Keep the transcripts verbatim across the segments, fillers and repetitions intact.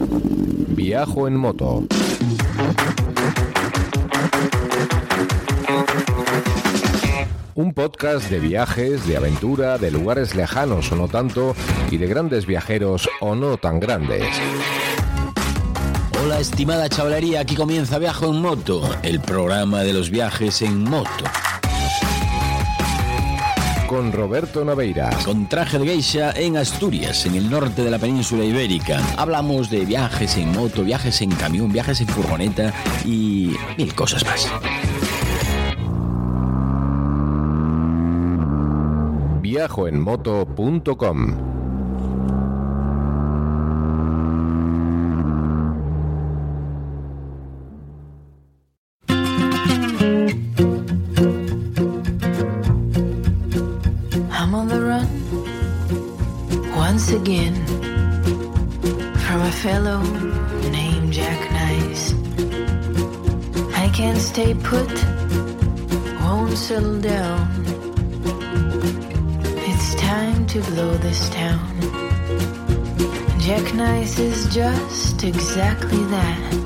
Viajo en moto. Un podcast de viajes, de aventura, de lugares lejanos o no tanto, y de grandes viajeros o no tan grandes. Hola, estimada chavalería, aquí comienza Viajo en Moto, el programa de los viajes en moto. Con Roberto Naveiras. Con traje de geisha en Asturias, en el norte de la península ibérica. Hablamos de viajes en moto, viajes en camión, viajes en furgoneta y mil cosas más. viajo en moto punto com. I'm on the run once again from a fellow named Jack Nice. I can't stay put, won't settle down. It's time to blow this town. Jack Nice is just exactly that.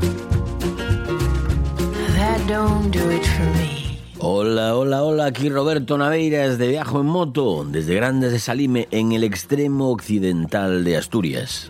That don't do it for me. Hola, hola, hola, aquí Roberto Naveiras de Viajo en Moto, desde Grandes de Salime, en el extremo occidental de Asturias.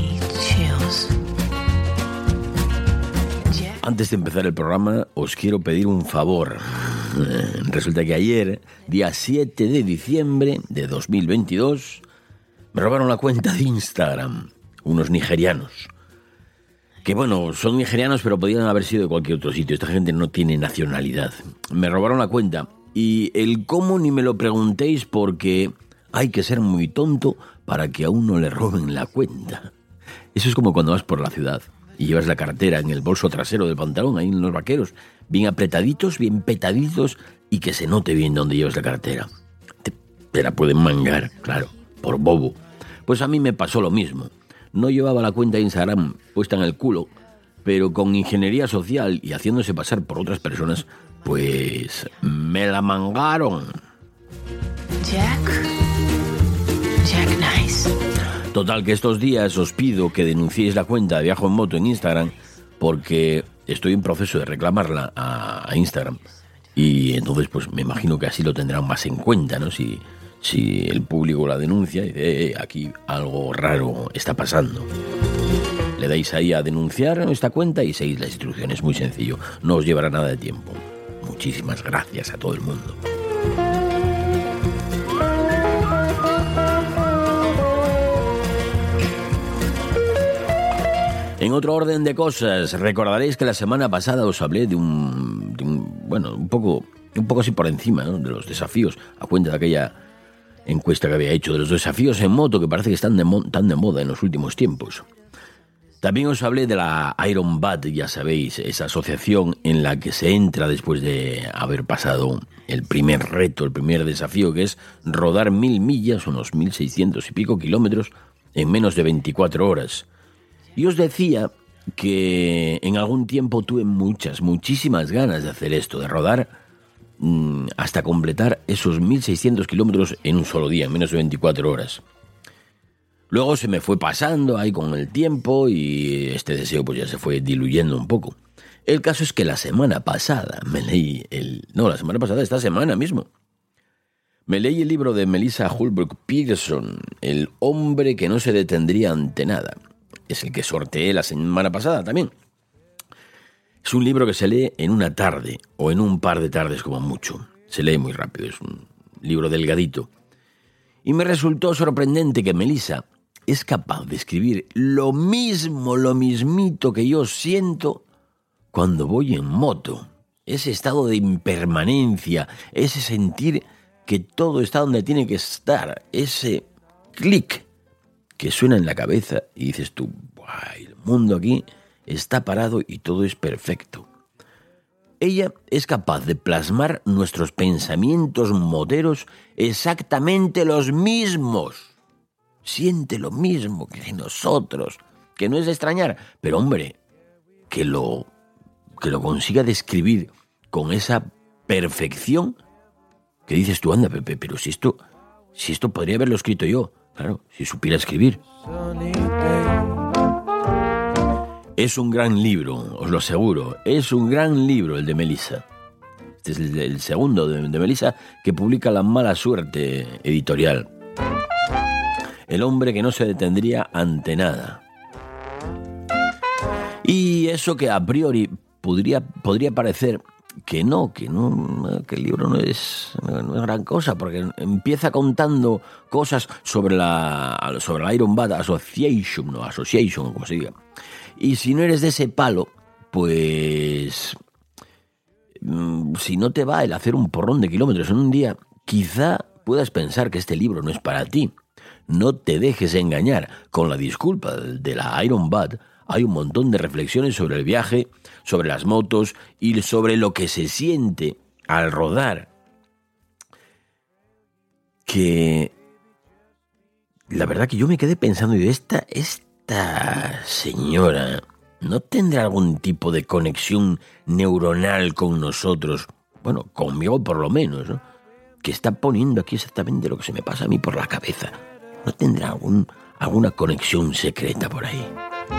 Antes de empezar el programa, os quiero pedir un favor. Resulta que ayer, día siete de diciembre de dos mil veintidós, me robaron la cuenta de Instagram unos nigerianos. Que bueno, son nigerianos, pero podrían haber sido de cualquier otro sitio. Esta gente no tiene nacionalidad. Me robaron la cuenta y el cómo ni me lo preguntéis, porque hay que ser muy tonto para que a uno le roben la cuenta. Eso es como cuando vas por la ciudad y llevas la cartera en el bolso trasero del pantalón, ahí en los vaqueros, bien apretaditos, bien petaditos, y que se note bien dónde llevas la cartera. Te, te la pueden mangar, claro, por bobo. Pues a mí me pasó lo mismo. No llevaba la cuenta de Instagram puesta en el culo, pero con ingeniería social y haciéndose pasar por otras personas, pues me la mangaron. Jack, Jack Nice. Total, que estos días os pido que denunciéis la cuenta de Viajo en Moto en Instagram, porque estoy en proceso de reclamarla a, a Instagram. Y entonces pues me imagino que así lo tendrán más en cuenta, ¿no? Si... Si el público la denuncia y dice, eh, aquí algo raro está pasando. Le dais ahí a denunciar esta cuenta y seguís las instrucciones, muy sencillo. No os llevará nada de tiempo. Muchísimas gracias a todo el mundo. En otro orden de cosas, recordaréis que la semana pasada os hablé de un, de un bueno, un poco, un poco así por encima, ¿no?, de los desafíos, a cuenta de aquella encuesta que había hecho de los desafíos en moto, que parece que están de mo- tan de moda en los últimos tiempos. También os hablé de la Iron Bat, ya sabéis, esa asociación en la que se entra después de haber pasado el primer reto, el primer desafío, que es rodar mil millas, unos mil seiscientos y pico kilómetros, en menos de veinticuatro horas. Y os decía que en algún tiempo tuve muchas, muchísimas ganas de hacer esto, de rodar hasta completar esos mil seiscientos kilómetros en un solo día, en menos de veinticuatro horas. Luego se me fue pasando ahí con el tiempo y este deseo pues ya se fue diluyendo un poco. El caso es que la semana pasada me leí el... No, la semana pasada, esta semana mismo. Me leí el libro de Melissa Holbrook Pearson, El hombre que no se detendría ante nada. Es el que sorteé la semana pasada también. Es un libro que se lee en una tarde, o en un par de tardes como mucho. Se lee muy rápido, es un libro delgadito. Y me resultó sorprendente que Melissa es capaz de escribir lo mismo, lo mismito que yo siento cuando voy en moto. Ese estado de impermanencia, ese sentir que todo está donde tiene que estar, ese clic que suena en la cabeza y dices tú, ¡buah! El mundo aquí está parado y todo es perfecto. Ella es capaz de plasmar nuestros pensamientos moteros exactamente los mismos. Siente lo mismo que nosotros, que no es de extrañar, pero hombre, que lo, que lo consiga describir con esa perfección que dices tú, anda, Pepe, pero si esto, si esto podría haberlo escrito yo, claro, si supiera escribir. es un gran libro, os lo aseguro. Es un gran libro el de Melissa. Este es el, el segundo de, de Melissa que publica La Mala Suerte editorial. El hombre que no se detendría ante nada. Y eso que a priori podría, podría parecer que no, que no, que el libro no es, no es gran cosa, porque empieza contando cosas sobre la, sobre la Iron Bat Association, no, Association, como se diga. Y si no eres de ese palo, pues si no te va el hacer un porrón de kilómetros en un día, quizá puedas pensar que este libro no es para ti. No te dejes engañar. Con la disculpa de la Iron Bat, hay un montón de reflexiones sobre el viaje, sobre las motos y sobre lo que se siente al rodar. Que la verdad que yo me quedé pensando, y esta, esta señora no tendrá algún tipo de conexión neuronal con nosotros, bueno, conmigo por lo menos, ¿no? Que está poniendo aquí exactamente lo que se me pasa a mí por la cabeza. ¿No tendrá algún, alguna conexión secreta por ahí?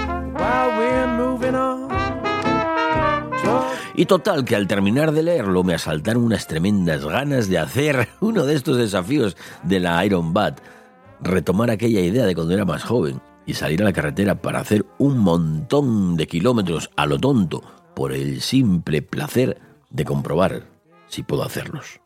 Y total, que al terminar de leerlo me asaltaron unas tremendas ganas de hacer uno de estos desafíos de la Iron Bat, retomar aquella idea de cuando era más joven y salir a la carretera para hacer un montón de kilómetros a lo tonto por el simple placer de comprobar si puedo hacerlos.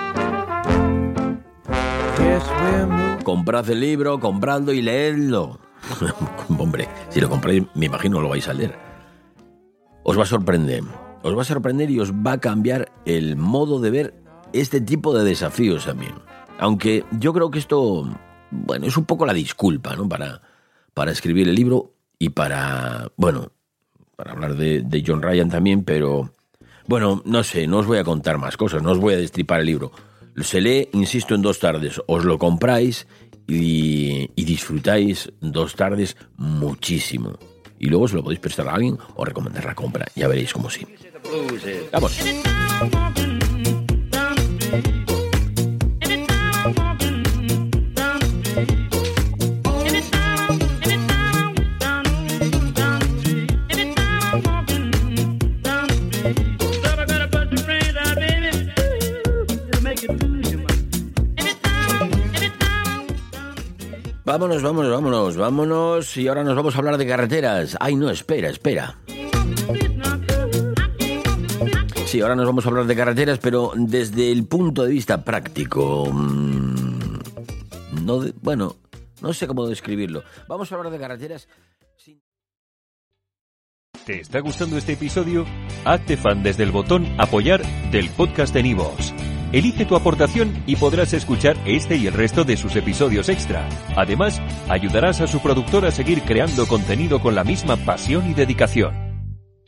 Comprad el libro, compradlo y leedlo. Hombre, si lo compráis, me imagino lo vais a leer. Os va a sorprender. Os va a sorprender y os va a cambiar el modo de ver este tipo de desafíos también. Aunque yo creo que esto, bueno, es un poco la disculpa, ¿no? Para, para escribir el libro y para, bueno, para hablar de, de John Ryan también, pero, bueno, no sé, no os voy a contar más cosas, no os voy a destripar el libro. Se lee, insisto, en dos tardes. Os lo compráis y, y disfrutáis dos tardes muchísimo. Y luego se lo podéis prestar a alguien o recomendar la compra. Ya veréis cómo sí. ¡Vamos! Vámonos, vámonos, vámonos, vámonos. Y ahora nos vamos a hablar de carreteras. Ay, no, espera, espera. Sí, ahora nos vamos a hablar de carreteras, pero desde el punto de vista práctico. Mmm, no, de, bueno, no sé cómo describirlo. Vamos a hablar de carreteras sin... ¿Te está gustando este episodio? Hazte fan desde el botón Apoyar del podcast de Nivos. Elige tu aportación y podrás escuchar este y el resto de sus episodios extra. Además, ayudarás a su productor a seguir creando contenido con la misma pasión y dedicación.